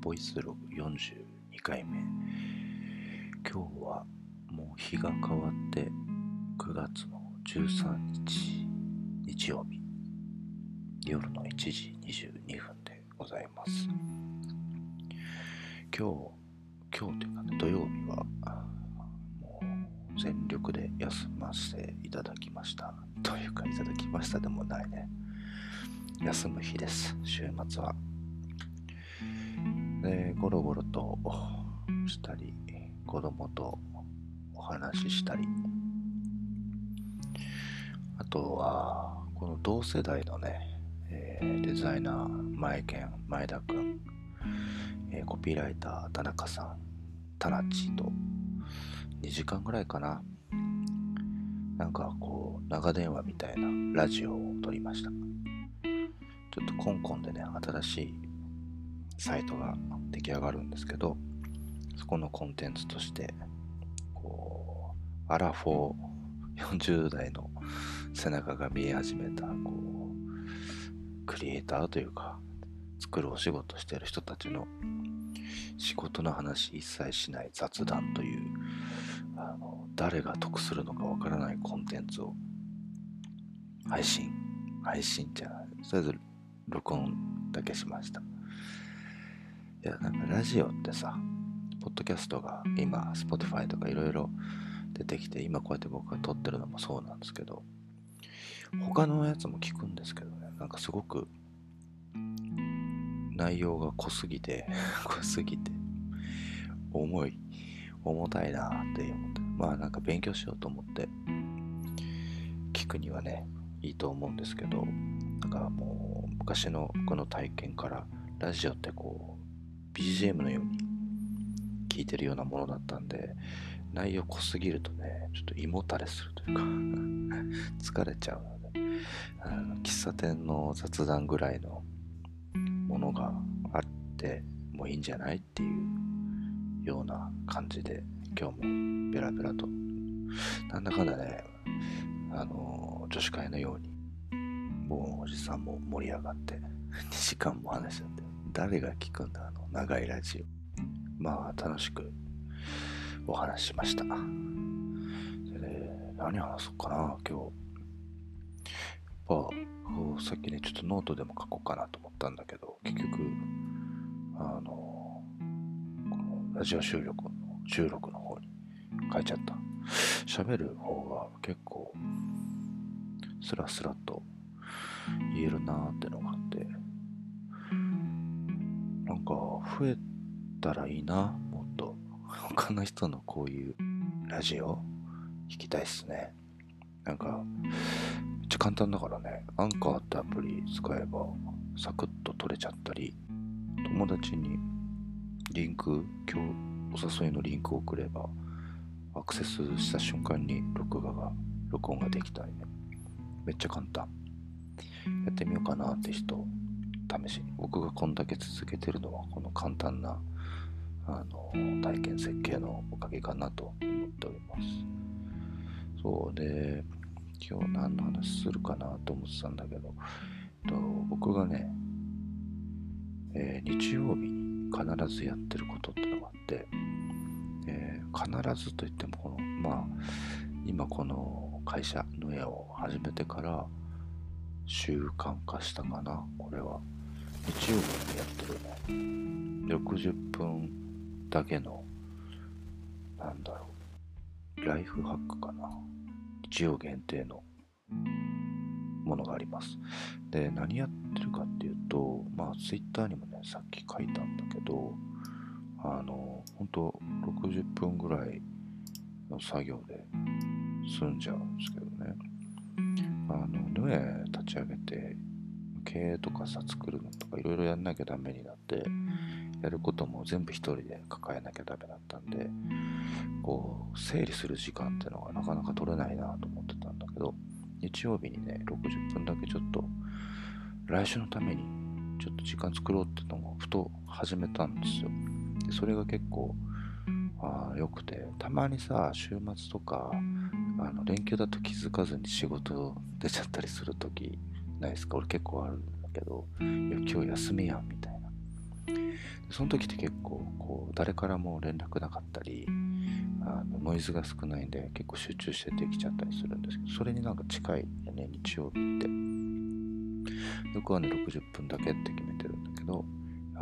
ボイスログ42回目。今日はもう日が変わって9月の13日日曜日夜の1時22分でございます。今日というかね、土曜日はもう全力で休ませていただきましたというか、いただきましたでもないね、休む日です。週末はでゴロゴロとしたり、子供とお話ししたり、あとはこの同世代のね、デザイナー前田くん、コピーライター田中さん、タナッチと2時間ぐらいかな、なんかこう長電話みたいなラジオを撮りました。ちょっとコンコンでね、新しいサイトが出来上がるんですけど、そこのコンテンツとしてこうアラフォー40代の背中が見え始めたこうクリエイターというか、作るお仕事してる人たちの仕事の話一切しない雑談という、誰が得するのかわからないコンテンツを配信じゃない、それぞれ録音だけしました。いや、なんかラジオってさ、ポッドキャストが今 Spotify とかいろいろ出てきて、今こうやって僕が撮ってるのもそうなんですけど、他のやつも聞くんですけどね、なんかすごく内容が濃すぎて重たいなって思って、まあなんか勉強しようと思って聞くにはねいいと思うんですけど、なんかもう昔のこの体験からラジオってこう BGM のように聞いてるようなものだったんで、内容濃すぎるとねちょっと胃もたれするというか疲れちゃうので、喫茶店の雑談ぐらいのものがあってもういいんじゃないっていうような感じで、今日もベラベラとなんだかんだね、女子会のようにもうおじさんも盛り上がって2時間も話してて、誰が聞くんだ長いラジオ。まあ楽しくお話ししました。で、何話そうかな今日。やっぱさっきねちょっとノートでも書こうかなと思ったんだけど、結局このラジオ収録の方に書いちゃった。喋る方が結構スラスラと言えるなーってのがあって、なんか増えたらいいな。もっと他の人のこういうラジオ聞きたいっすね。なんかめっちゃ簡単だからね、アンカーってアプリ使えばサクッと撮れちゃったり、友達にリンク、今日お誘いのリンクを送ればアクセスした瞬間に録音ができたりね、めっちゃ簡単。やってみようかなって人、試しに。僕がこんだけ続けてるのはこの簡単な体験設計のおかげかなと思っております。そうで、今日何の話するかなと思ってたんだけど、僕がね、日曜日に必ずやってることってのがあって、必ずといっても今この会社の絵を始めてから習慣化したかな。これは日曜日にやってるね、60分だけのライフハックかな、日曜限定のものがあります。で、何やってるかっていうと、ツイッターにもねさっき書いたんだけど、ほんと60分ぐらいの作業で済んじゃうんですけどね。ヌエ立ち上げて経営とか作るのとかいろいろやんなきゃダメになって、やることも全部一人で抱えなきゃダメだったんで、こう整理する時間っていうのがなかなか取れないなと思ってたんだけど、日曜日にね60分だけちょっと来週のためにちょっと時間作ろうってのをふと始めたんですよ。でそれが結構良くて、たまにさ週末とか連休だと気づかずに仕事出ちゃったりする時ないですか？俺結構あるんだけど、いや今日休みやんみたいな。 その時って結構こう誰からも連絡なかったり、ノイズが少ないんで結構集中してできちゃったりするんですけど、それになんか近い、ね、日曜日って僕はね60分だけって決めてるんだけど、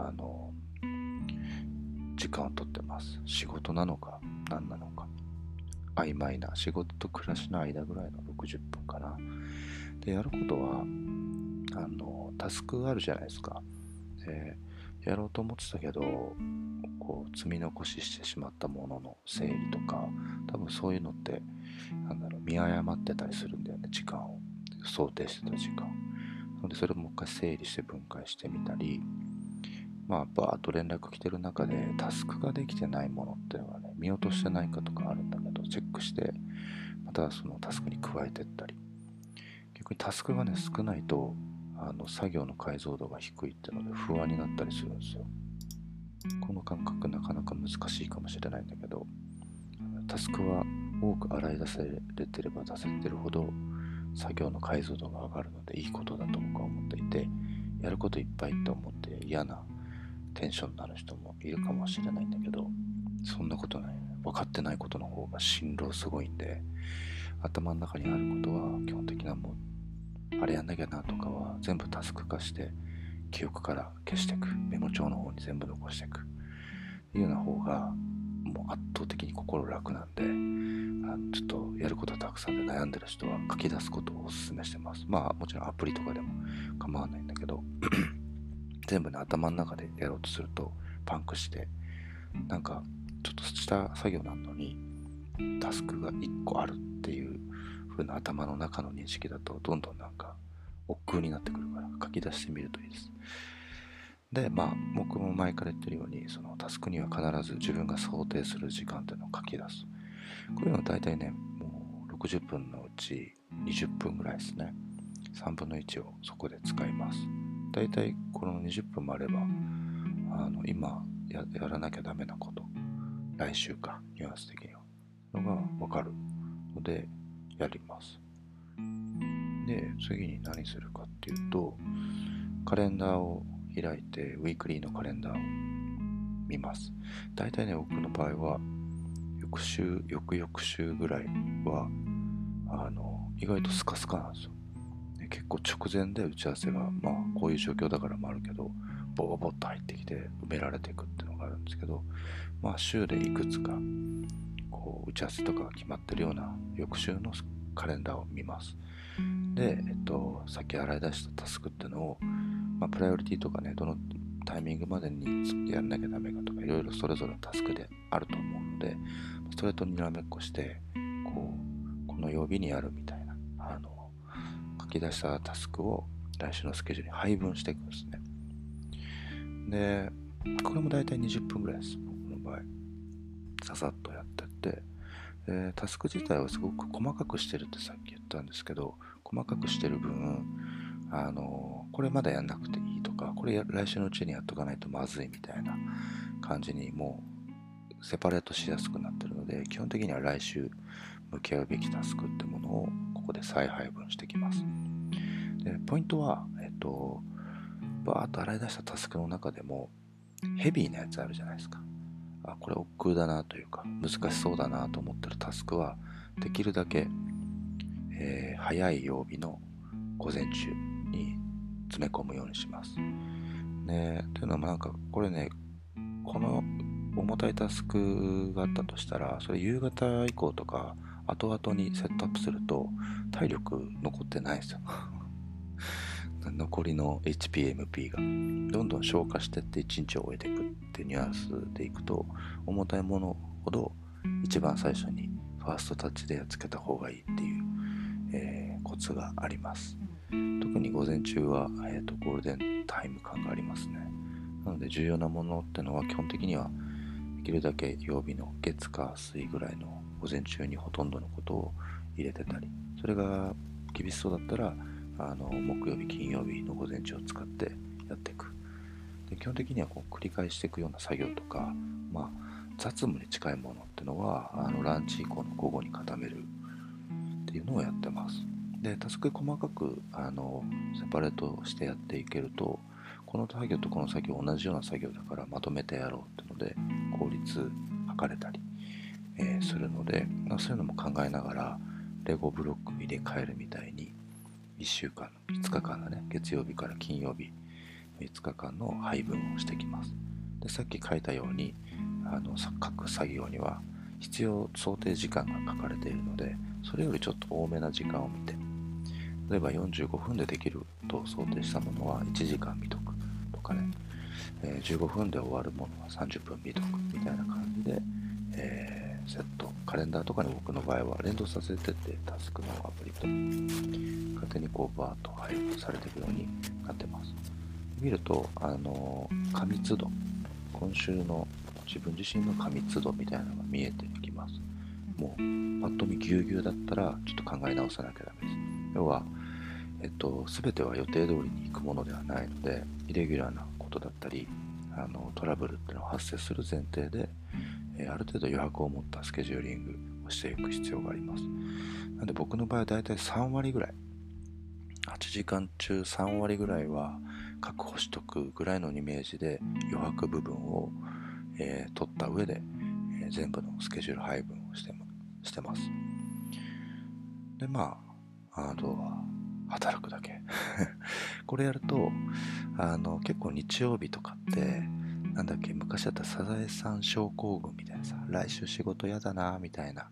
時間をとってます。仕事なのか何なのか曖昧な、仕事と暮らしの間ぐらいの60分かな。でやることはタスクがあるじゃないですか。やろうと思ってたけどこう積み残ししてしまったものの整理とか、多分そういうのって見誤ってたりするんだよね。時間を想定してた時間なので、それをもう一回整理して分解してみたり、バーッと連絡来てる中でタスクができてないものっていうのはね、見落としてないかとかあるんだけど、チェックしてまたそのタスクに加えていったり、逆にタスクがね少ないと作業の解像度が低いっていうので不安になったりするんですよ。この感覚なかなか難しいかもしれないんだけど、タスクは多く洗い出されてれば出せてるほど作業の解像度が上がるのでいいことだと僕は思っていて、やることいっぱいって思って嫌なテンションになる人もいるかもしれないんだけど、そんなことない。分かってないことの方が辛労すごいんで、頭の中にあることは基本的なもうあれやんなきゃなとかは全部タスク化して記憶から消していく、メモ帳の方に全部残していくっていうような方がもう圧倒的に心楽なんで、ちょっとやることたくさんで悩んでる人は書き出すことをお勧めしてます。もちろんアプリとかでも構わないんだけど全部ね頭の中でやろうとするとパンクして、なんかちょっとした作業なのにタスクが1個あるっていう風な頭の中の認識だとどんどんなんか億劫になってくるから、書き出してみるといいです。で僕も前から言ってるように、そのタスクには必ず自分が想定する時間っていうのを書き出す。こういうのは大体ねもう60分のうち20分ぐらいですね。3分の1をそこで使います。大体この20分もあれば今 やらなきゃダメなこと、来週かニュアンス的にはのが分かるのでやります。で次に何するかっていうと、カレンダーを開いてウィークリーのカレンダーを見ます。大体ね僕の場合は翌々週ぐらいは意外とスカスカなんですよ。結構直前で打ち合わせがこういう状況だからもあるけどボコボッと入ってきて埋められていくっていうのがあるんですけど、週でいくつかこう打ち合わせとかが決まってるような翌週のカレンダーを見ます。で、さっき洗い出したタスクっていうのを、プライオリティとかね、どのタイミングまでにやんなきゃダメかとかいろいろそれぞれのタスクであると思うので、それとにらめっこしてこの曜日にやるみたいな書き出したタスクを来週のスケジュールに配分していくんですね。でこれも大体20分ぐらいです。僕の場合ささっとやってって、タスク自体はすごく細かくしてるってさっき言ったんですけど、細かくしてる分これまだやんなくていいとか、これ来週のうちにやっとかないとまずいみたいな感じにもうセパレートしやすくなってるので、基本的には来週向き合うべきタスクってものをここで再配分してきます。でポイントはバーッと洗い出したタスクの中でもヘビーなやつあるじゃないですか。これ億劫だなというか難しそうだなと思ってるタスクはできるだけ、早い曜日の午前中に詰め込むようにします。ね、というのはこれね、この重たいタスクがあったとしたら、それ夕方以降とか後々にセットアップすると体力残ってないですよ残りの HPMP がどんどん消化してって1日を終えていくってニュアンスでいくと、重たいものほど一番最初にファーストタッチでやっつけた方がいいっていう、コツがあります。特に午前中は、ゴールデンタイム感がありますね。なので重要なものってのは基本的にはできるだけ曜日の月火水ぐらいの午前中にほとんどのことを入れてたり、それが厳しそうだったら木曜日金曜日の午前中を使ってやっていく。で基本的には繰り返していくような作業とか、雑務に近いものっていうのはランチ以降の午後に固めるっていうのをやってます。でタスク細かくセパレートしてやっていけると、 この作業とこの作業同じような作業だからまとめてやろうってので効率測れたり、するので、そういうのも考えながらレゴブロック入れ替えるみたいに1週間5日間のね、月曜日から金曜日5日間の配分をしてきます。でさっき書いたように各作業には必要想定時間が書かれているので、それよりちょっと多めな時間を見て、例えば45分でできると想定したものは1時間見とくとかね、15分で終わるものは30分見とくみたいな感じで、セットカレンダーとかに僕の場合は連動させてってタスクのアプリと勝手にこうバーッと配布されていくようになってます。見ると過密度、今週の自分自身の過密度みたいなのが見えてきます。もうパッと見ぎゅうぎゅうだったらちょっと考え直さなきゃダメです。要は全ては予定通りに行くものではないので、イレギュラーなことだったりトラブルっていうのが発生する前提で、ある程度余白を持ったスケジューリングをしていく必要があります。なので僕の場合はだいたい3割ぐらい、8時間中3割ぐらいは確保しとくぐらいのイメージで余白部分を、取った上で、全部のスケジュール配分をしてます。であとは働くだけこれやると結構日曜日とかってなんだっけ、昔だったらサザエさん症候群みたいなさ、来週仕事やだなみたいな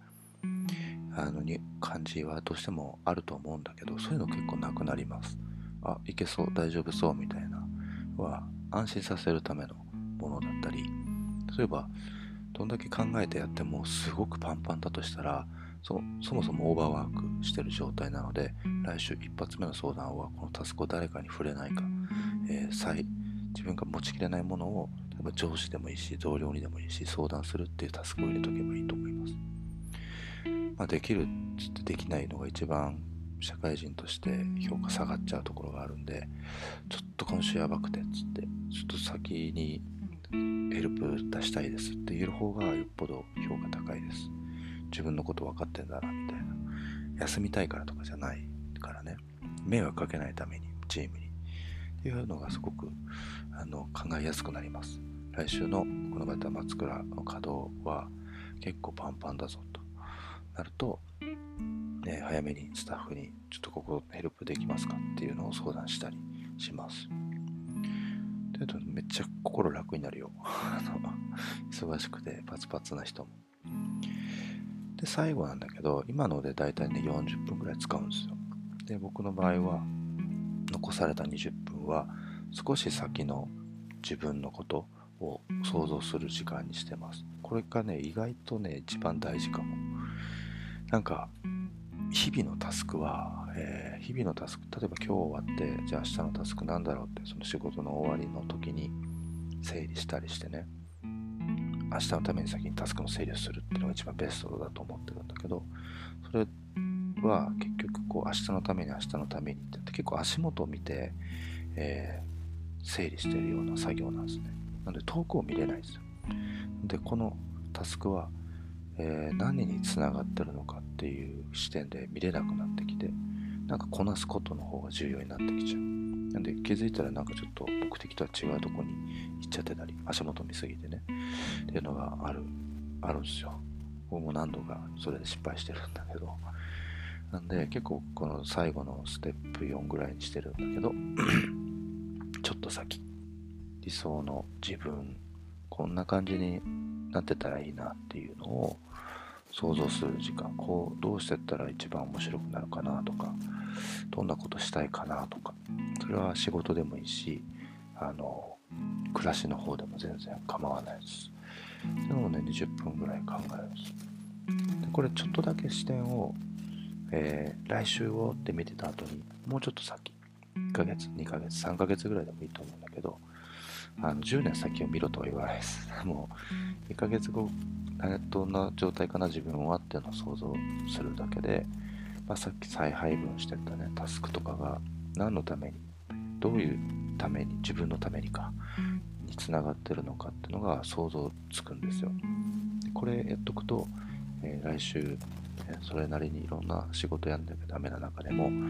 感じはどうしてもあると思うんだけど、そういうの結構なくなります。いけそう、大丈夫そうみたいなは安心させるためのものだったり、例えばどんだけ考えてやってもすごくパンパンだとしたら、そもそもオーバーワークしてる状態なので、来週一発目の相談はこのタスクを誰かに触れないか、自分が持ちきれないものを例えば上司でもいいし同僚にでもいいし相談するっていうタスクを入れとけばいいと思います。できるっつってできないのが一番社会人として評価下がっちゃうところがあるんで、ちょっと今週やばくてっつってちょっと先にヘルプ出したいですって言える方がよっぽど評価高いです。自分のこと分かってんだなみたいな、休みたいからとかじゃないからね、迷惑かけないためにチームにっていうのがすごく考えやすくなります。来週のこのまた松倉の稼働は結構パンパンだぞとなると、早めにスタッフにちょっとここヘルプできますかっていうのを相談したりします。というとめっちゃ心楽になるよ忙しくてパツパツな人も。で最後なんだけど、今のでだいたいね40分ぐらい使うんですよ。で僕の場合は残された20分は少し先の自分のことを想像する時間にしてます。これがね意外とね一番大事かも。なんか日々のタスクは、日々のタスク、例えば今日終わってじゃあ明日のタスクなんだろうって、その仕事の終わりの時に整理したりしてね、明日のために先にタスクの整理をするっていうのが一番ベストだと思ってるんだけど、それは結局こう明日のためにって言って結構足元を見て、整理しているような作業なんですね。なので遠くを見れないですよ。でこのタスクは、何につながってるのかっていう視点で見れなくなってきて、なんかこなすことの方が重要になってきちゃう。なんで気づいたらなんかちょっと目的とは違うとこに行っちゃってたり、足元見すぎてねっていうのがあるんですよ。僕も何度かそれで失敗してるんだけど、なんで結構この最後のステップ4ぐらいにしてるんだけどちょっと先、理想の自分こんな感じになってたらいいなっていうのを想像する時間、こうどうしてったら一番面白くなるかなとか、どんなことしたいかなとか、それは仕事でもいいし暮らしの方でも全然構わないです。それもね20分ぐらい考えるんです。でこれちょっとだけ視点を、来週をって見てた後にもうちょっと先、1ヶ月2ヶ月3ヶ月ぐらいでもいいと思うんだけど、10年先を見ろとは言わないです。もう1ヶ月後どんな状態かな自分はっていうのを想像するだけで、さっき再配分してたねタスクとかが何のために、どういうために、自分のためにかにつながってるのかっていうのが想像つくんですよ。でこれやっとくと、来週それなりにいろんな仕事やんなきゃダメな中でもこ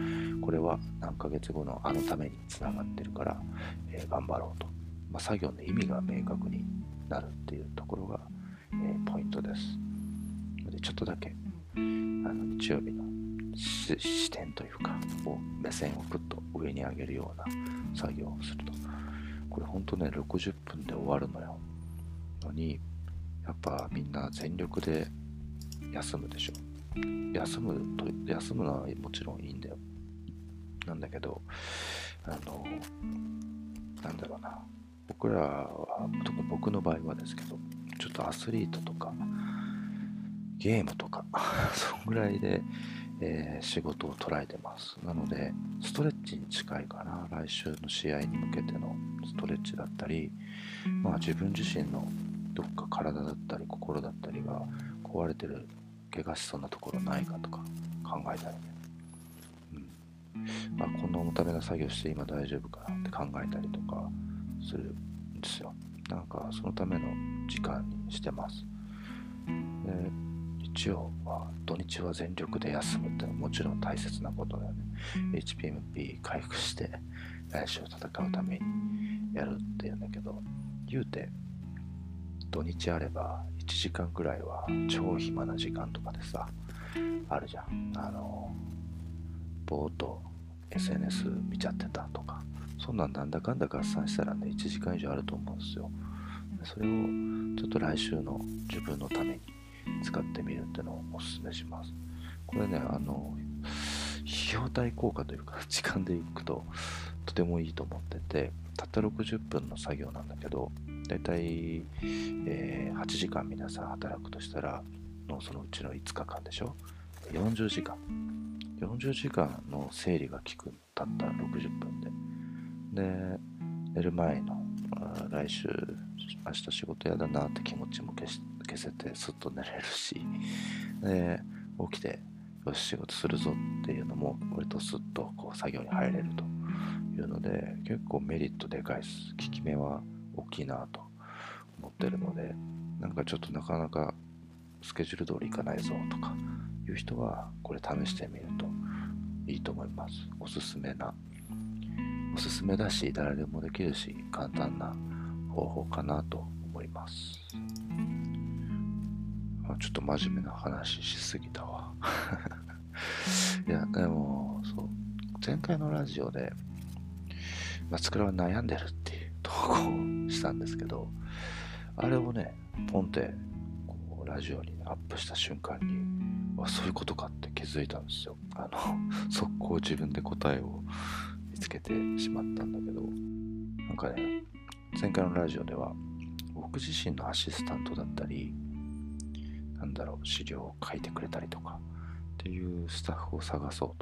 これは何ヶ月後のあのためにつながってるから、頑張ろうと、作業の意味が明確になるっていうところが、ポイントです。でちょっとだけ日曜日の視点というか目線をぐっと上に上げるような作業をすると、これほんとね60分で終わるのよ。のにやっぱみんな全力で休むでしょ。休むのはもちろんいいんだよ。なんだけどなんだろうな、僕らは特に僕の場合はですけど、ちょっとアスリートとかゲームとかそんぐらいで、仕事を捉えてます。なのでストレッチに近いかな。来週の試合に向けてのストレッチだったり、自分自身のどっか体だったり心だったりが壊れてる、怪我しそうなところないかとか考えたりね、こんな重ためな作業して今大丈夫かなって考えたりとかするんですよ。なんかそのための時間にしてます。で土日は全力で休むってのはもちろん大切なことだよね。HPMP 回復して来週戦うためにやるっていうんだけど、言うて土日あれば1時間ぐらいは超暇な時間とかでさあるじゃん。ぼーっと SNS 見ちゃってたとか、そんなんなんだかんだ合算したらね1時間以上あると思うんですよ。それをちょっと来週の自分のために使ってみるっていうのをおすすめします。これね費用対効果というか時間でいくととてもいいと思ってて、たった60分の作業なんだけど、だいたい8時間皆さん働くとしたらそのうちの5日間でしょ。40時間の整理が効く、たった60分で寝る前の来週明日仕事やだなって気持ちも消せてすっと寝れるし、で起きてよし仕事するぞっていうのも割とスッとこう作業に入れるというので、結構メリットでかいです。効き目は大きいなと思ってるので、なんかちょっとなかなかスケジュール通りいかないぞとかいう人はこれ試してみるといいと思います。おすすめだし、誰でもできるし簡単な方法かなと思います。ちょっと真面目な話しすぎたわいやでもそう前回のラジオで松倉は悩んでるっていう投稿をしたんですけど、あれをねポンってこうラジオにアップした瞬間にそういうことかって気づいたんですよ。速攻自分で答えを見つけてしまったんだけど、なんかね前回のラジオでは僕自身のアシスタントだったり資料を書いてくれたりとかっていうスタッフを探そうと、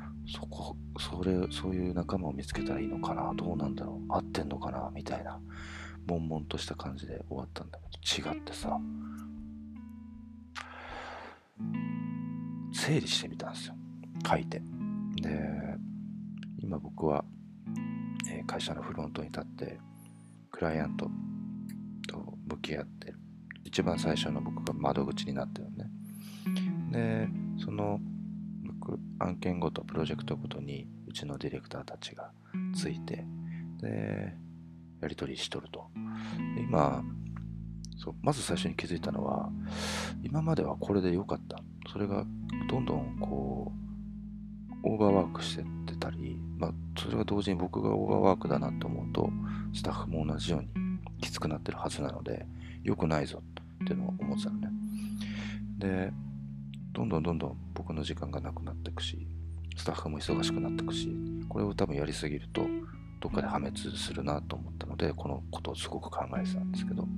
そういう仲間を見つけたらいいのかな、どうなんだろう、合ってんのかなみたいな悶々とした感じで終わったんだけど、違ってさ整理してみたんですよ、書いて。で今僕は、会社のフロントに立ってクライアントと向き合ってる。一番最初の僕が窓口になってるのね。でその案件ごとプロジェクトごとにうちのディレクターたちがついて、でやり取りしとると。で今まず最初に気づいたのは、今まではこれで良かった、それがどんどんこうオーバーワークしてってたり、それが同時に僕がオーバーワークだなと思うとスタッフも同じようにきつくなってるはずなので良くないぞっていうのを思ってたのね。でどんどん僕の時間がなくなっていくし、スタッフも忙しくなっていくし、これを多分やりすぎるとどっかで破滅するなと思ったので、このことをすごく考えてたんですけど、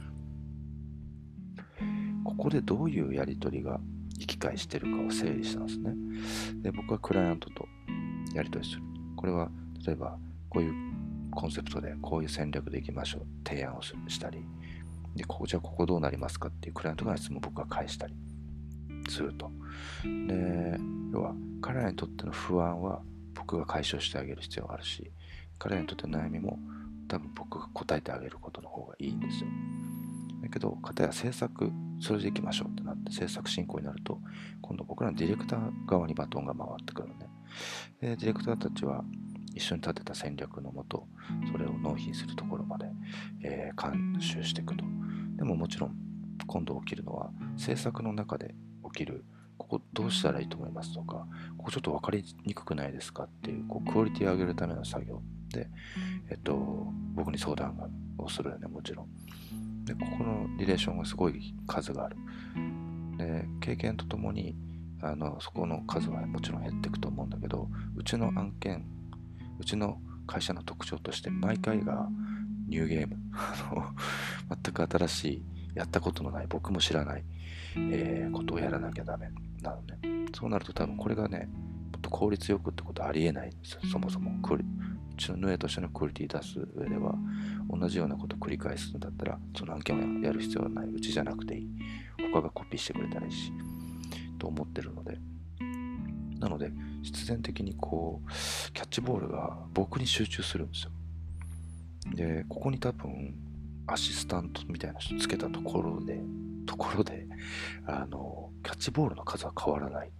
ここでどういうやり取りが行き交いしてるかを整理したんですね。で僕はクライアントとやり取りする。これは例えばこういうコンセプトでこういう戦略でいきましょう提案をしたりで、じゃあここどうなりますかっていうクライアントが質問を僕が返したりすると。で要は彼らにとっての不安は僕が解消してあげる必要があるし、彼らにとっての悩みも多分僕が答えてあげることの方がいいんですよ。だけど片や制作それでいきましょうってなって制作進行になると、今度僕らのディレクター側にバトンが回ってくるのね。 でディレクターたちは一緒に立てた戦略のもとそれを納品するところまで、監修していくと。でももちろん今度起きるのは制作の中で起きる、ここどうしたらいいと思いますとか、ここちょっと分かりにくくないですかっていう、クオリティを上げるための作業で、僕に相談をするよね、もちろん。でここのリレーションがすごい数がある。で経験とともにそこの数はもちろん減っていくと思うんだけど、うちの会社の特徴として毎回がニューゲーム全く新しい、やったことのない、僕も知らない、ことをやらなきゃダメなのね。そうなると多分これがね、もっと効率よくってことはありえないんですよ。そもそもうちのヌエとしてのクオリティ出す上では、同じようなことを繰り返すんだったらその案件をやる必要はない、うちじゃなくていい、他がコピーしてくれたらいいしと思ってるので、なので必然的にキャッチボールが僕に集中するんですよ。でここに多分アシスタントみたいな人つけたところでキャッチボールの数は変わらない。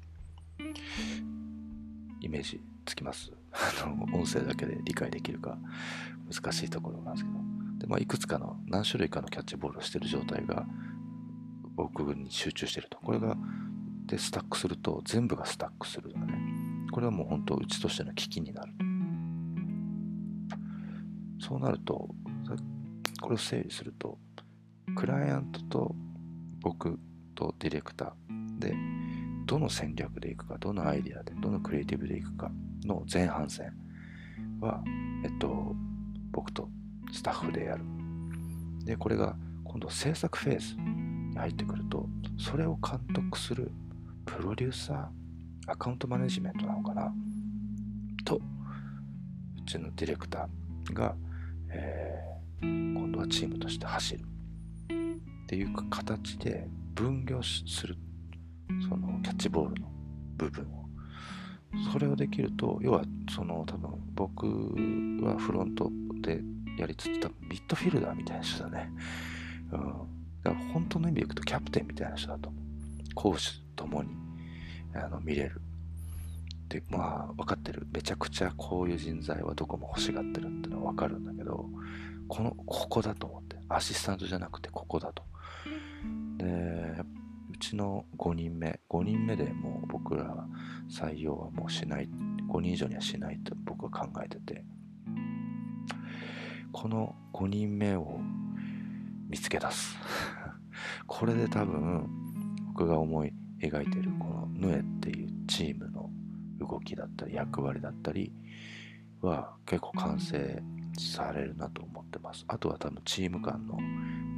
イメージつきます？音声だけで理解できるか難しいところなんですけど、で、いくつかの何種類かのキャッチボールをしている状態が僕に集中していると。これがでスタックすると全部がスタックするのね。これはもう本当うちとしての危機になる。そうなるとこれを整理すると、クライアントと僕とディレクターでどの戦略でいくか、どのアイディアで、どのクリエイティブでいくかの前半戦は、僕とスタッフでやる。でこれが今度制作フェーズに入ってくると、それを監督するプロデューサー、アカウントマネジメントなのかなと、うちのディレクターが、今度はチームとして走るっていう形で分業する、そのキャッチボールの部分を。それをできると、要は多分僕はフロントでやりつつ、多分ミッドフィルダーみたいな人だね。だから本当の意味でいくとキャプテンみたいな人だと思う。攻守ともに見れる。で分かってる。めちゃくちゃこういう人材はどこも欲しがってるってのは分かるんだけど、ここだと思って、アシスタントじゃなくてここだと。でうちの5人目でもう僕ら採用はもうしない、5人以上にはしないと僕は考えてて、この5人目を見つけ出すこれで多分僕が思い描いているこのヌエっていうチームの動きだったり役割だったりは結構完成されるなと思ってます。あとは多分チーム間の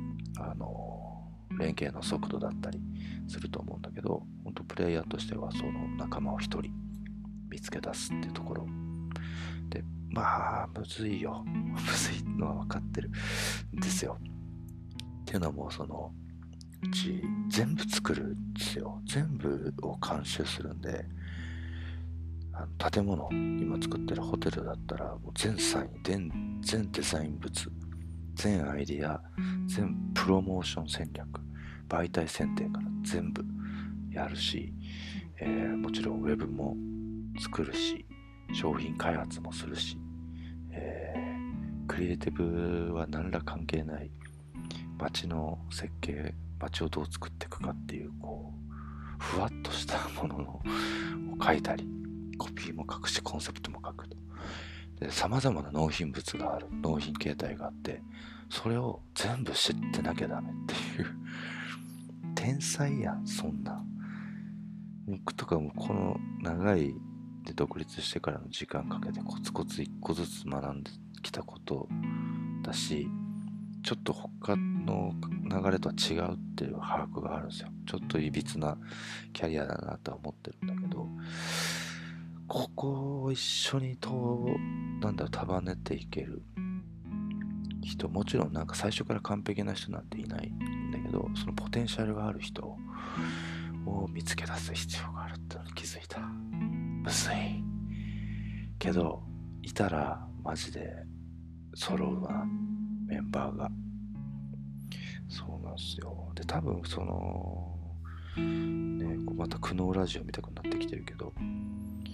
連携の速度だったりすると思うんだけど、本当プレイヤーとしてはその仲間を一人見つけ出すっていうところで、むずいよむずいのは分かってるんですよ。っていうのはもううち全部作るんですよ。全部を監修するんで、建物今作ってるホテルだったらもう全サイン、全デザイン物、全アイディア、全プロモーション戦略、媒体選定から全部やるし、もちろんウェブも作るし、商品開発もするし、クリエイティブは何ら関係ない街の設計、街をどう作っていくかっていうふわっとしたものを書いたり、コピーも書くしコンセプトも書くと。で様々な納品物がある、納品形態があって、それを全部知ってなきゃダメっていう天才やんそんな。僕とかもこの長いで独立してからの時間かけてコツコツ一個ずつ学んできたことだし、ちょっと他の流れとは違うっていう把握があるんですよ。ちょっといびつなキャリアだなとは思ってるんだけど、ここを一緒に束ねていける人、もちろん最初から完璧な人なんていないんだけど、そのポテンシャルがある人を見つけ出す必要があるってのに気づいた。むずいけどいたらマジで揃うわ、メンバーが。そうなんですよ。で多分また苦悩ラジオ見たくなってきてるけど、う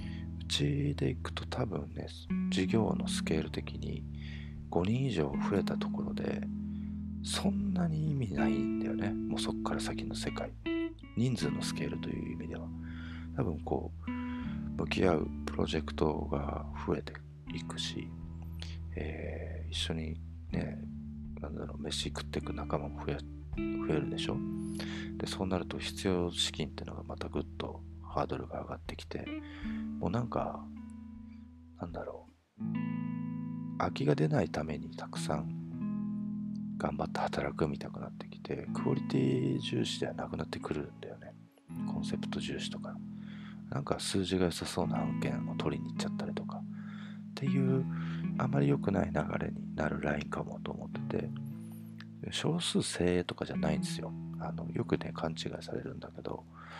ちでいくと多分ね、事業のスケール的に5人以上増えたところでそんなに意味ないんだよね。もうそっから先の世界、人数のスケールという意味では多分こう向き合うプロジェクトが増えていくし、一緒にね、飯食っていく仲間も増えるでしょ。でそうなると必要資金っていうのがまたぐっとハードルが上がってきて、もう空きが出ないためにたくさん頑張って働くみたくなってきて、クオリティ重視ではなくなってくるんだよね。コンセプト重視とか、なんか数字が良さそうな案件を取りに行っちゃったりとかっていうあまり良くない流れになるラインかもと思ってて、少数精鋭とかじゃないんですよ。よくね勘違いされるんだけど、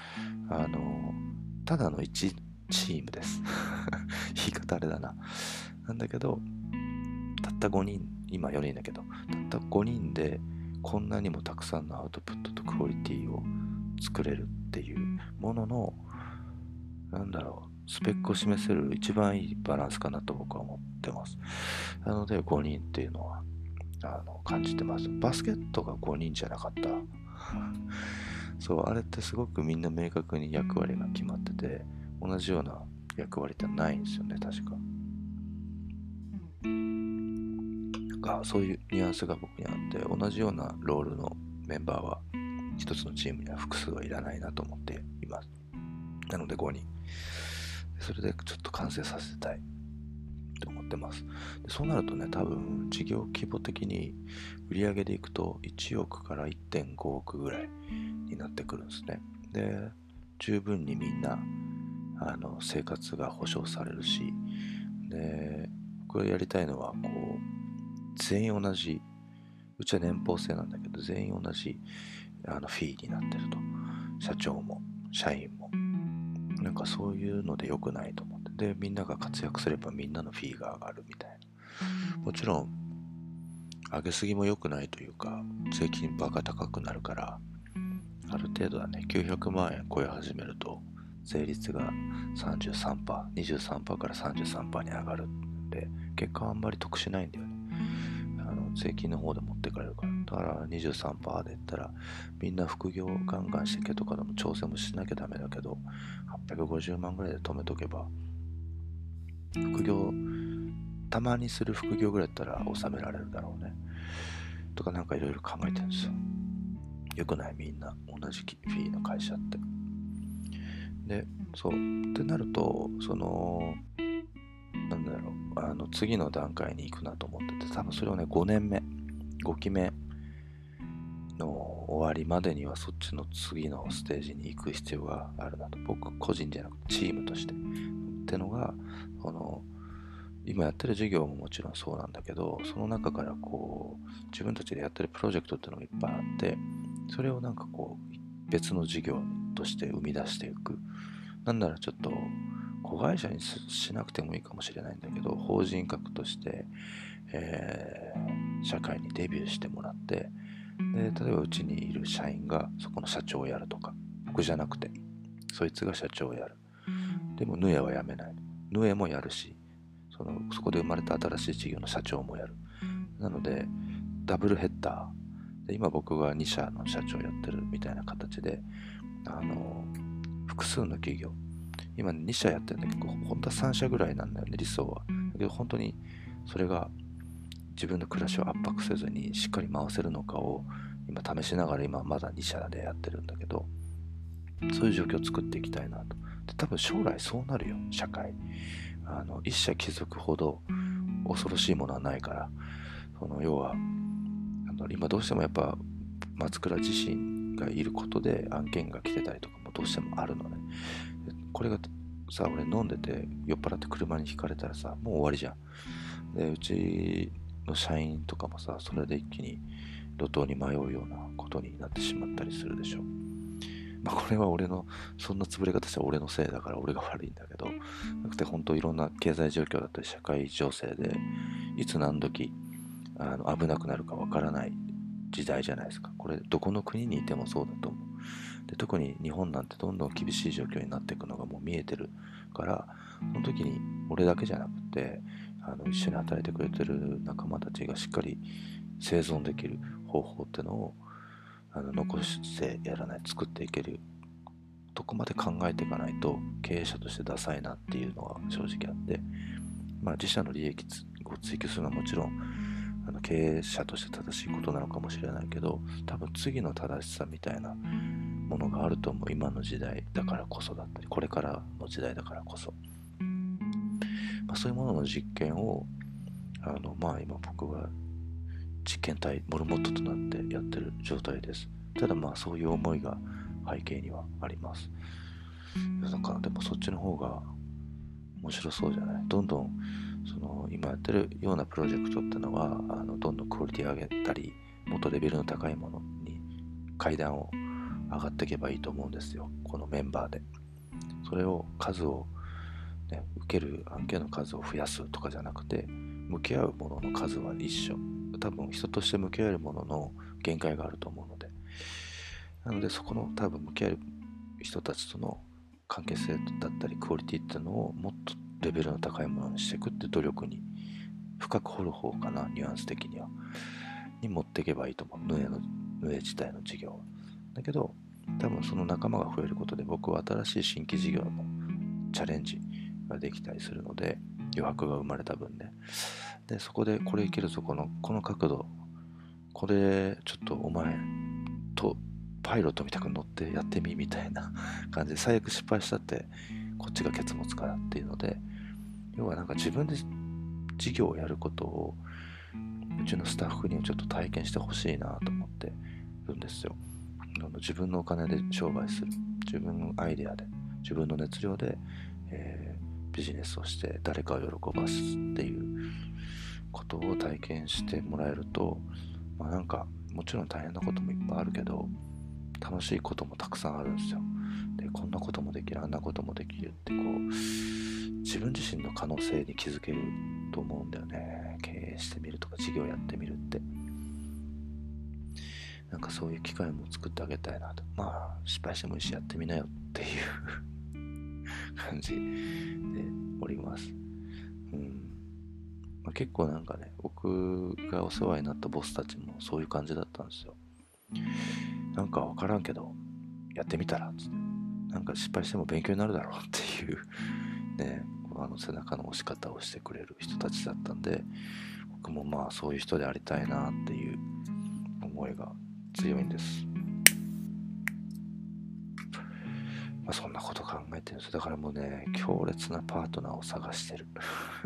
ただの1チームです言い方あれだな。なんだけど、たった5人、今4人だけど、たった5人でこんなにもたくさんのアウトプットとクオリティを作れるっていうものの、スペックを示せる一番いいバランスかなと僕は思ってます。なので5人っていうのは感じてます。バスケットが5人じゃなかったそう、あれってすごくみんな明確に役割が決まってて、同じような役割ってないんですよね、確か。そういうニュアンスが僕にあって、同じようなロールのメンバーは一つのチームには複数はいらないなと思っています。なので5人。それでちょっと完成させたいと思ってます。でそうなるとね、多分事業規模的に売上でいくと1億から1.5 億ぐらいになってくるんですね。で十分にみんな生活が保障されるし、で僕がやりたいのは全員同じ、うちは年俸制なんだけど全員同じフィーになってると、社長も社員もなんかそういうので良くないと思って、でみんなが活躍すればみんなのフィーが上がるみたいな。もちろん上げすぎも良くないというか、税金バカ高くなるから、ある程度はね、900万円超え始めると税率が 33%、23% から 33% に上がるんで、結果はあんまり得しないんだよね。税金の方で持ってかれるから。だから 23% で言ったら、みんな副業をガンガンしてけとかでも調整もしなきゃダメだけど、850万ぐらいで止めとけば、副業たまにする副業ぐらいだったら収められるだろうねとか、なんかいろいろ考えてるんですよ。よくない？みんな同じフィーの会社って。でそうってなると、次の段階に行くなと思ってて、多分それをね5期目の終わりまでにはそっちの次のステージに行く必要があるなと。僕個人じゃなくてチームとしてってのが、今やってる事業ももちろんそうなんだけど、その中から自分たちでやってるプロジェクトっていうのがいっぱいあって、それを別の事業として生み出していく。なんならちょっと子会社にしなくてもいいかもしれないんだけど、法人格として、社会にデビューしてもらって、で例えばうちにいる社員がそこの社長をやるとか、僕じゃなくてそいつが社長をやる。でもヌエはやめない。ヌエもやるし、そこで生まれた新しい事業の社長もやる。なのでダブルヘッダーで、今僕が2社の社長やってるみたいな形で、複数の企業、今2社やってるんだけど、本当は3社ぐらいなんだよね、理想は。だけど本当にそれが自分の暮らしを圧迫せずにしっかり回せるのかを今試しながら、今まだ2社でやってるんだけど、そういう状況を作っていきたいなと。で多分将来そうなるよ、社会。一社貴族ほど恐ろしいものはないから、要は今どうしてもやっぱ松倉自身がいることで案件が来てたりとかもどうしてもあるのね。これがさ、俺飲んでて酔っ払って車にひかれたらさ、もう終わりじゃん。でうちの社員とかもさ、それで一気に路頭に迷うようなことになってしまったりするでしょ。これはそんな潰れ方したら俺のせいだから俺が悪いんだけど、なくて本当いろんな経済状況だったり社会情勢でいつ何時危なくなるかわからない時代じゃないですか。これどこの国にいてもそうだと思う。 で特に日本なんてどんどん厳しい状況になっていくのがもう見えてるから、その時に俺だけじゃなくて一緒に働いてくれてる仲間たちがしっかり生存できる方法っていうのを残してやらない、作っていけるとこまで考えていかないと経営者としてダサいなっていうのは正直あって、自社の利益を追求するのはもちろん経営者として正しいことなのかもしれないけど、多分次の正しさみたいなものがあると思う。今の時代だからこそだったり、これからの時代だからこそ、そういうものの実験を今僕は実験体モルモットとなってやってる状態です。ただそういう思いが背景にはあります。だからでもそっちの方が面白そうじゃない？どんどん今やってるようなプロジェクトってのはどんどんクオリティ上げたり、もっとレベルの高いものに階段を上がっていけばいいと思うんですよ、このメンバーで。それを数を、受ける案件の数を増やすとかじゃなくて、向き合うものの数は一緒。多分人として向き合えるものの限界があると思うので、なのでそこの多分向き合える人たちとの関係性だったりクオリティっていうのをもっとレベルの高いものにしていくって努力に、深く掘る方かな、ニュアンス的にはに持っていけばいいと思う。ヌエ自体の事業だけど、多分その仲間が増えることで僕は新しい新規事業のチャレンジができたりするので、余白が生まれた分ね。でそこでこれいけるぞ、この角度、これちょっとお前とパイロットみたく乗ってやってみたいな感じで、最悪失敗したってこっちがケツ持つからっていうので、要は自分で事業をやることをうちのスタッフにちょっと体験してほしいなと思ってるんですよ。自分のお金で商売する、自分のアイデアで、自分の熱量で、ビジネスをして誰かを喜ばすっていうことを体験してもらえると、もちろん大変なこともいっぱいあるけど楽しいこともたくさんあるんですよ。でこんなこともできる、あんなこともできるって自分自身の可能性に気づけると思うんだよね。経営してみるとか事業やってみるって、そういう機会も作ってあげたいなと。失敗してもいいしやってみなよっていう感じでおります。結構僕がお世話になったボスたちもそういう感じだったんですよ。分からんけどやってみたらっつって、失敗しても勉強になるだろうっていうね、背中の押し方をしてくれる人たちだったんで、僕もそういう人でありたいなっていう思いが強いんです。そんなこと考えてるんです。だからもうね、強烈なパートナーを探してる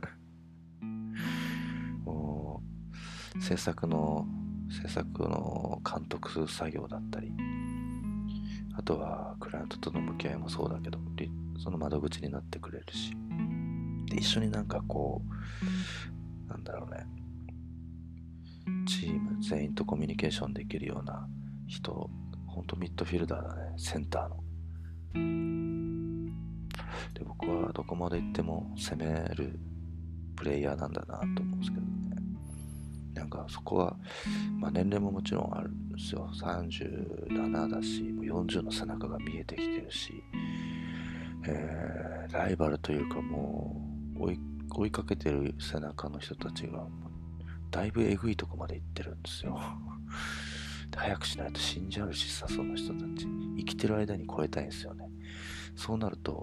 もう制作の監督作業だったり、あとはクライアントとの向き合いもそうだけど、その窓口になってくれるし、で一緒にチーム全員とコミュニケーションできるような人、ほんとミッドフィルダーだね、センターの。で僕はどこまで行っても攻めるプレイヤーなんだなと思うんですけどね。そこは、年齢ももちろんあるんですよ。37だし、もう40の背中が見えてきてるし、ライバルというかもう追いかけてる背中の人たちがだいぶえぐいとこまで行ってるんですよ。早くしないと死んじゃうしさ、その人たち生きてる間に超えたいんですよね。そうなると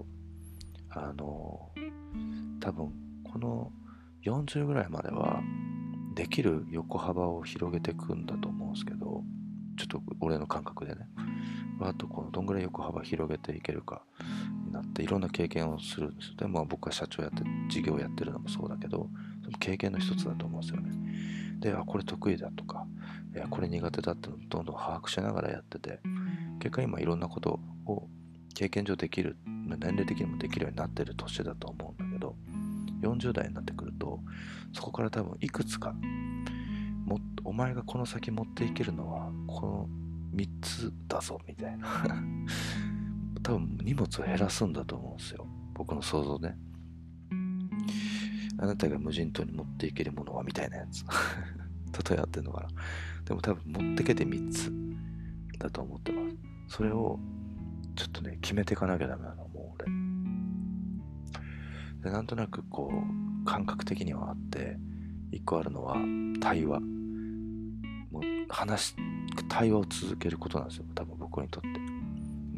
多分この40ぐらいまではできる横幅を広げていくんだと思うんですけど、ちょっと俺の感覚でね、あとどんぐらい横幅広げていけるかになっていろんな経験をするんですよ。でも僕は社長やって事業やってるのもそうだけど、その経験の一つだと思うんですよね。でこれ得意だとかこれ苦手だってのをどんどん把握しながらやってて、結果今いろんなことを経験上できる、年齢的にもできるようになってる年だと思うんだけど、40代になってくるとそこから多分いくつかお前がこの先持っていけるのはこの3つだぞみたいな多分荷物を減らすんだと思うんですよ、僕の想像ね。あなたが無人島に持っていけるものはみたいなやつ例え合ってんのかな。でも多分持ってけて3つだと思ってます。それをちょっとね決めていかなきゃダメなの、もう俺で。なんとなくこう感覚的にはあって、一個あるのは対話。もう対話を続けることなんですよ、多分僕にとって。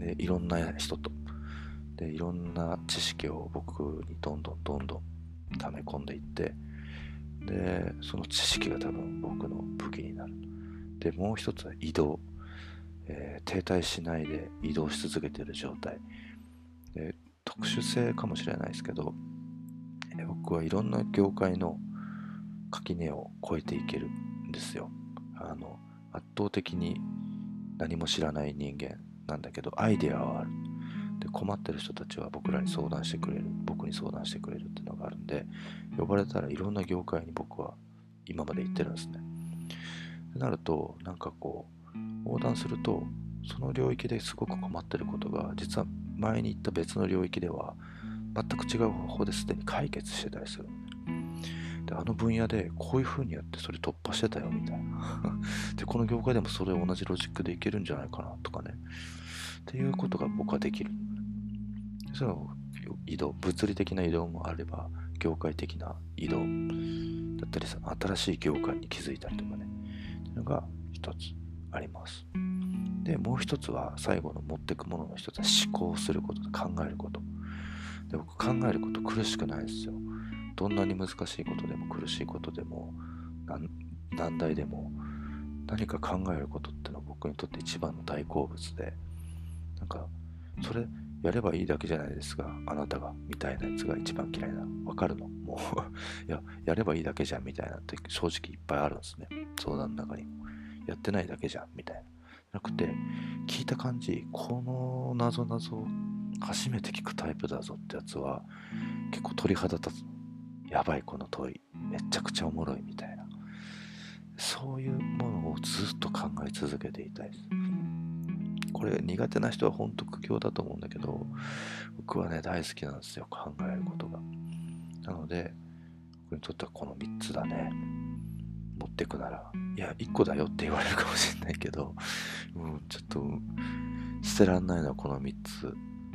でいろんな人とでいろんな知識を僕にどんどん溜め込んでいって、でその知識が多分僕の武器になる。でもう一つは移動、停滞しないで移動し続けている状態で、特殊性かもしれないですけど、僕はいろんな業界の垣根を越えていけるんですよ。圧倒的に何も知らない人間なんだけど、アイデアはある。で困ってる人たちは僕に相談してくれるっていうのがあるんで、呼ばれたらいろんな業界に僕は今まで行ってるんですね。ってなると、なんかこう横断すると、その領域ですごく困ってることが実は前に行った別の領域では全く違う方法ですでに解決してたりする。であの分野でこういう風にやってそれ突破してたよみたいなでこの業界でもそれ同じロジックでいけるんじゃないかなとかね、っていうことが僕はできる。その移動、物理的な移動もあれば業界的な移動だったりさ、新しい業界に気づいたりとかね、っていうのが一つあります。でもう一つは、最後の持ってくものの一つは思考すること、考えること。で僕考えること苦しくないですよ。どんなに難しいことでも苦しいことでも難題でも何か考えることってのは僕にとって一番の大好物で、なんかそれやればいいだけじゃないですかあなたがみたいなやつが一番嫌いな。わかるのもうやればいいだけじゃんみたいなって正直いっぱいあるんですね、相談の中にも。やってないだけじゃんみたいな。なくて、聞いた感じ、この謎初めて聞くタイプだぞってやつは結構鳥肌立つ。やばいこの問いめちゃくちゃおもろいみたいな、そういうものをずっと考え続けていたいです。これ苦手な人は本当苦行だと思うんだけど、僕はね大好きなんですよ、考えることが。なので僕にとってはこの3つだね。持ってくなら、いや1個だよって言われるかもしれないけど、ちょっと捨てらんないのはこの3つ。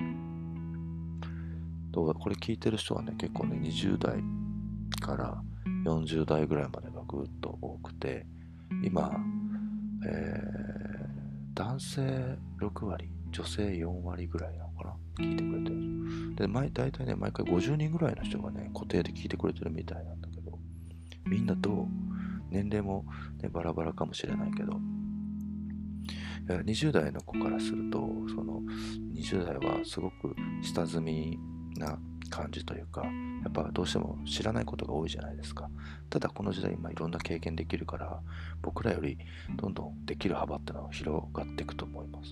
これ聞いてる人はね結構ね20代から40代ぐらいまでがぐっと多くて、今、男性6割女性4割ぐらいなのかな、聞いてくれてる。で大体ね毎回50人ぐらいの人がね固定で聞いてくれてるみたいなんだけど、みんなどう、年齢も、ね、バラバラかもしれないけど、20代の子からすると、その20代はすごく下積みな感じというか、やっぱどうしても知らないことが多いじゃないですか。ただこの時代今いろんな経験できるから、僕らよりどんどんできる幅ってのは広がっていくと思います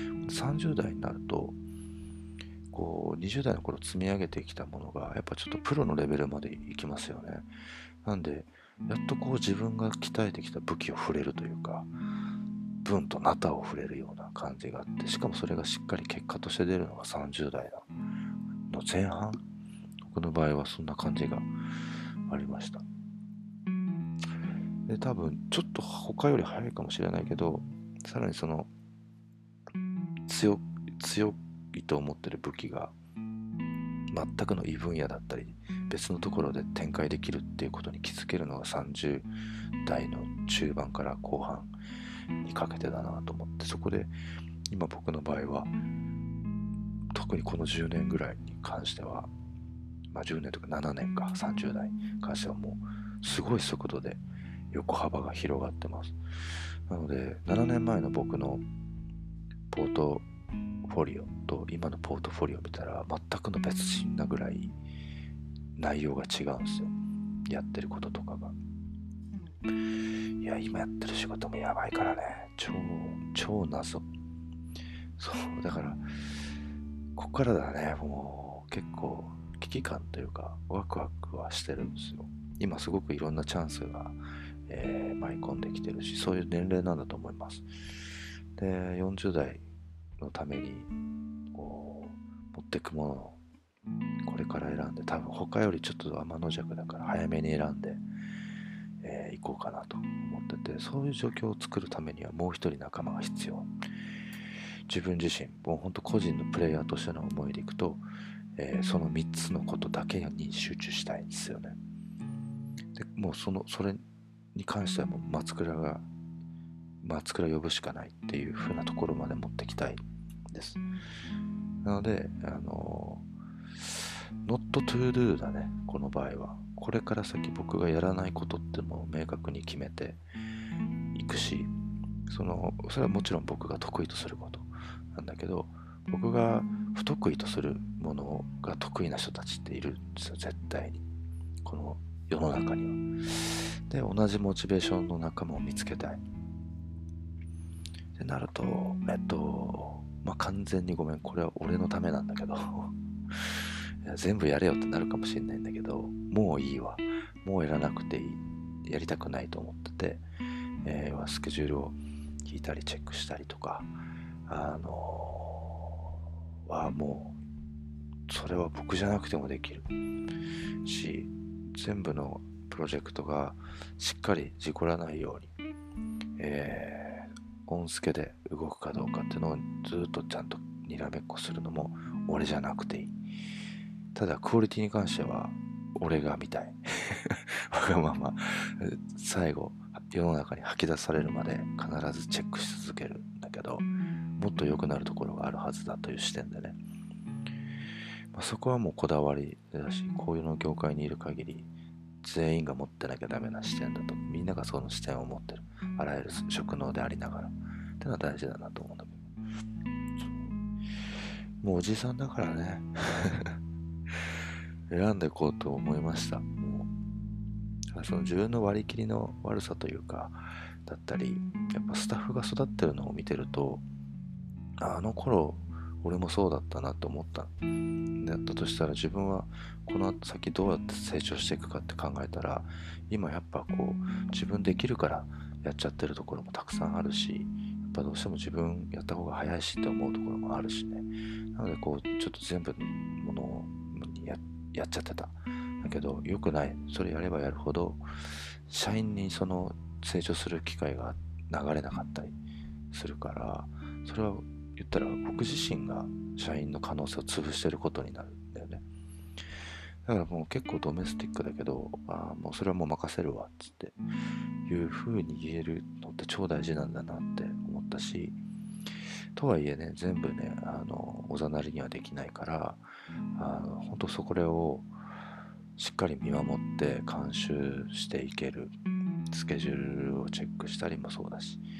。30代になると、こう20代の頃積み上げてきたものがやっぱちょっとプロのレベルまでいきますよね。なんでやっとこう自分が鍛えてきた武器を触れるというか、文とナタを触れるような感じがあって、しかもそれがしっかり結果として出るのが30代の前半。僕の場合はそんな感じがありました。で多分ちょっと他より早いかもしれないけど、さらにその強いと思ってる武器が全くの異分野だったり別のところで展開できるっていうことに気づけるのが30代の中盤から後半にかけてだなと思って、そこで今僕の場合は特にこの10年ぐらいに関しては、10年とか7年か30代に関してはもうすごい速度で横幅が広がってます。なので7年前の僕のポートフォリオと今のポートフォリオを見たら全くの別人なぐらい内容が違うんですよ、やってることとかが。いや今やってる仕事もやばいからね、超謎。そうだからここからだね、もう結構危機感というかワクワクはしてるんですよ。今すごくいろんなチャンスが、舞い込んできてるし、そういう年齢なんだと思います。で40代のためにこう持っていくものをこれから選んで、多分他よりちょっと天の弱だから早めに選んで、行こうかなと思ってて、そういう状況を作るためにはもう一人仲間が必要。 自分自身もう本当個人のプレイヤーとしての思いでいくと、その3つのことだけに集中したいんですよね。でもうそれに関してはもう松倉呼ぶしかないっていう風なところまで持ってきたいです。なのでnot to do だね、この場合は。これから先僕がやらないことっても明確に決めていくし、それはもちろん僕が得意とすることなんだけど、僕が不得意とするものが得意な人たちっているんですよ、絶対に。この世の中には。で、同じモチベーションの仲間を見つけたい。ってなると、完全にごめん、これは俺のためなんだけどいや全部やれよってなるかもしれないんだけど、もういいわ。もうやらなくていい。やりたくないと思ってて、スケジュールを聞いたりチェックしたりとか、もう、それは僕じゃなくてもできるし、全部のプロジェクトがしっかり事故らないように、音助で動くかどうかっていうのをずっとちゃんとにらめっこするのも俺じゃなくていい。ただクオリティに関しては俺が見たいわがまま最後世の中に吐き出されるまで必ずチェックし続けるんだけど、もっと良くなるところがあるはずだという視点でね、そこはもうこだわりだし、こういうの業界にいる限り全員が持ってなきゃダメな視点だと、みんながその視点を持ってる、あらゆる職能でありながらってのは大事だなと思うんだけど、もうおじさんだからね選んでいこうと思いました。もうその自分の割り切りの悪さというかだったり、やっぱスタッフが育ってるのを見てると、あの頃俺もそうだったなと思った。だったとしたら自分はこの先どうやって成長していくかって考えたら、今やっぱこう自分できるからやっちゃってるところもたくさんあるし、やっぱどうしても自分やった方が早いしって思うところもあるしね。なのでこうちょっと全部のものをやっちゃってた。だけど良くない。それやればやるほど社員にその成長する機会が流れなかったりするから、それは言ったら僕自身が社員の可能性を潰してることになるんだよね。だからもう結構ドメスティックだけど、もうそれはもう任せるわっつっていう風に言えるのって超大事なんだなって思ったし、とはいえね、全部ねおざなりにはできないから、本当それをしっかり見守って監修していける、スケジュールをチェックしたりもそうだし、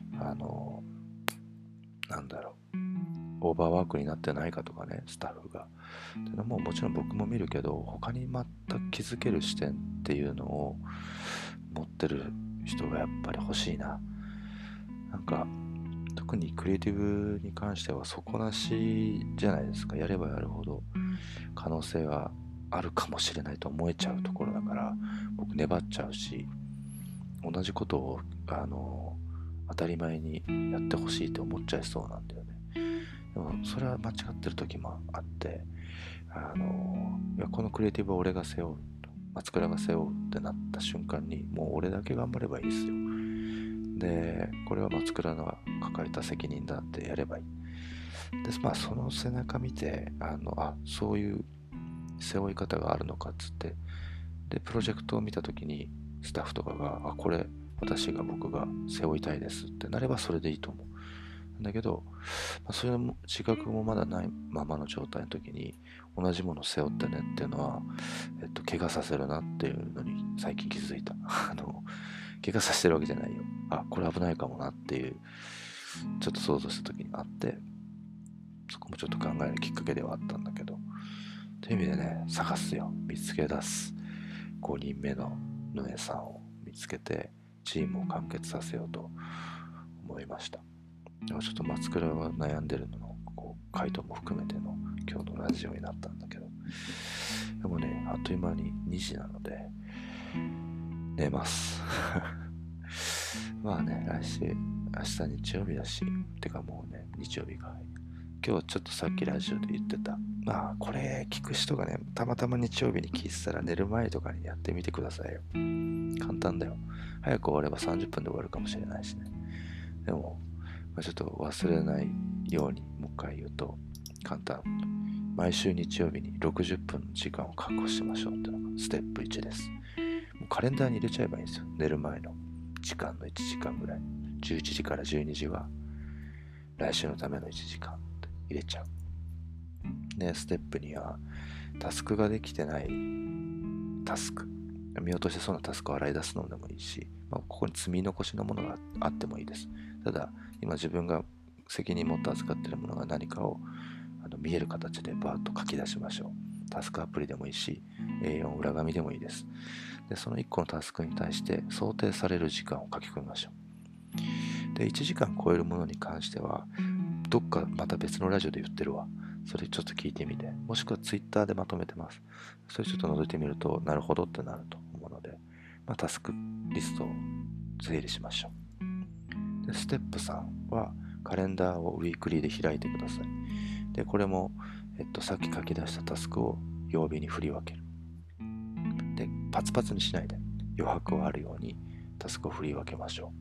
なんだろう、オーバーワークになってないかとかね、スタッフがっていうのももちろん僕も見るけど、他に全く気づける視点っていうのを持ってる人がやっぱり欲しいな。なんか特にクリエイティブに関しては底なしじゃないですか。やればやるほど可能性があるかもしれないと思えちゃうところだから、僕粘っちゃうし、同じことを当たり前にやってほしいって思っちゃいそうなんだよね。でもそれは間違ってる時もあって、いやこのクリエイティブは俺が背負う、松倉が背負うってなった瞬間に、もう俺だけ頑張ればいいですよ。でこれは松倉が抱えた責任だってやればいい。でその背中見てそういう背負い方があるのかっつって、でプロジェクトを見た時にスタッフとかがこれ僕が背負いたいですってなればそれでいいと思う。だけど、それも自覚もまだないままの状態の時に同じものを背負ってねっていうのは、怪我させるなっていうのに最近気づいた怪我させてるわけじゃないよ、これ危ないかもなっていうちょっと想像した時にあって、そこもちょっと考えるきっかけではあったんだけど、という意味でね、探すよ、見つけ出す、5人目の野江さんを見つけてチームを完結させようと思いました。ちょっと松倉は悩んでるのの回答も含めての今日のラジオになったんだけど、でもね、あっという間に2時なので寝ますまあね、明日日曜日だし、てかもうね、日曜日か。今日ちょっとさっきラジオで言ってた、これ聞く人がね、たまたま日曜日に聞いてたら寝る前とかにやってみてくださいよ。簡単だよ。早く終われば30分で終わるかもしれないしね。でも、ちょっと忘れないようにもう一回言うと簡単。毎週日曜日に60分の時間を確保しましょうっていうのがステップ1です。もうカレンダーに入れちゃえばいいんですよ。寝る前の時間の1時間ぐらい。11時から12時は来週のための1時間って入れちゃう。で、ステップ2はタスクができてないタスク。見落としてそうなタスクを洗い出すのでもいいし、ここに積み残しのものがあってもいいです。ただ、今自分が責任持って扱っているものが何かを見える形でバーッと書き出しましょう。タスクアプリでもいいし、A4 裏紙でもいいです。で、その1個のタスクに対して想定される時間を書き込みましょう。で、1時間超えるものに関しては、どっかまた別のラジオで言ってるわ。それちょっと聞いてみて、もしくはツイッターでまとめてます。それちょっと覗いてみると、なるほどってなると思うので、タスクリストを整理しましょう。で、ステップ3はカレンダーをウィークリーで開いてください。で、これも、さっき書き出したタスクを曜日に振り分ける。で、パツパツにしないで余白はあるようにタスクを振り分けましょ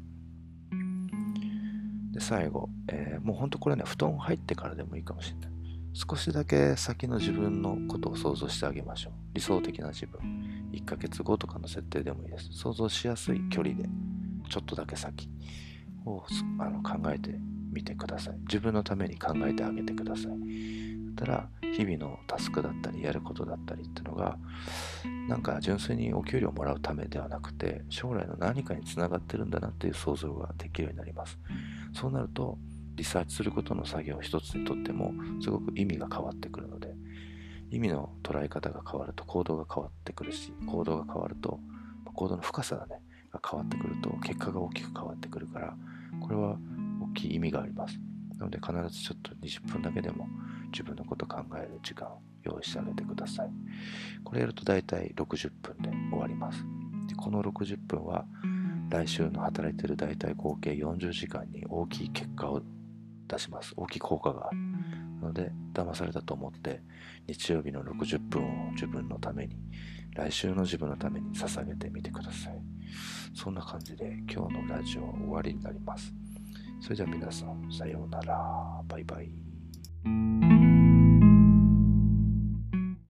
う。で、最後、もうほんとこれね、布団入ってからでもいいかもしれない。少しだけ先の自分のことを想像してあげましょう。理想的な自分。1ヶ月後とかの設定でもいいです。想像しやすい距離で、ちょっとだけ先を考えてみてください。自分のために考えてあげてください。だったら、日々のタスクだったり、やることだったりっていうのが、なんか純粋にお給料をもらうためではなくて、将来の何かにつながってるんだなっていう想像ができるようになります。そうなると、リサーチすることの作業一つにとってもすごく意味が変わってくるので、意味の捉え方が変わると行動が変わってくるし、行動が変わると行動の深さが変わってくると結果が大きく変わってくるから、これは大きい意味があります。なので必ずちょっと20分だけでも自分のことを考える時間を用意してあげてください。これやると大体60分で終わります。で、この60分は来週の働いている大体合計40時間に大きい結果を出します。大きい効果があるので、騙されたと思って日曜日の60分を自分のために、来週の自分のために捧げてみてください。そんな感じで今日のラジオは終わりになります。それでは皆さん、さようなら。バイバイ。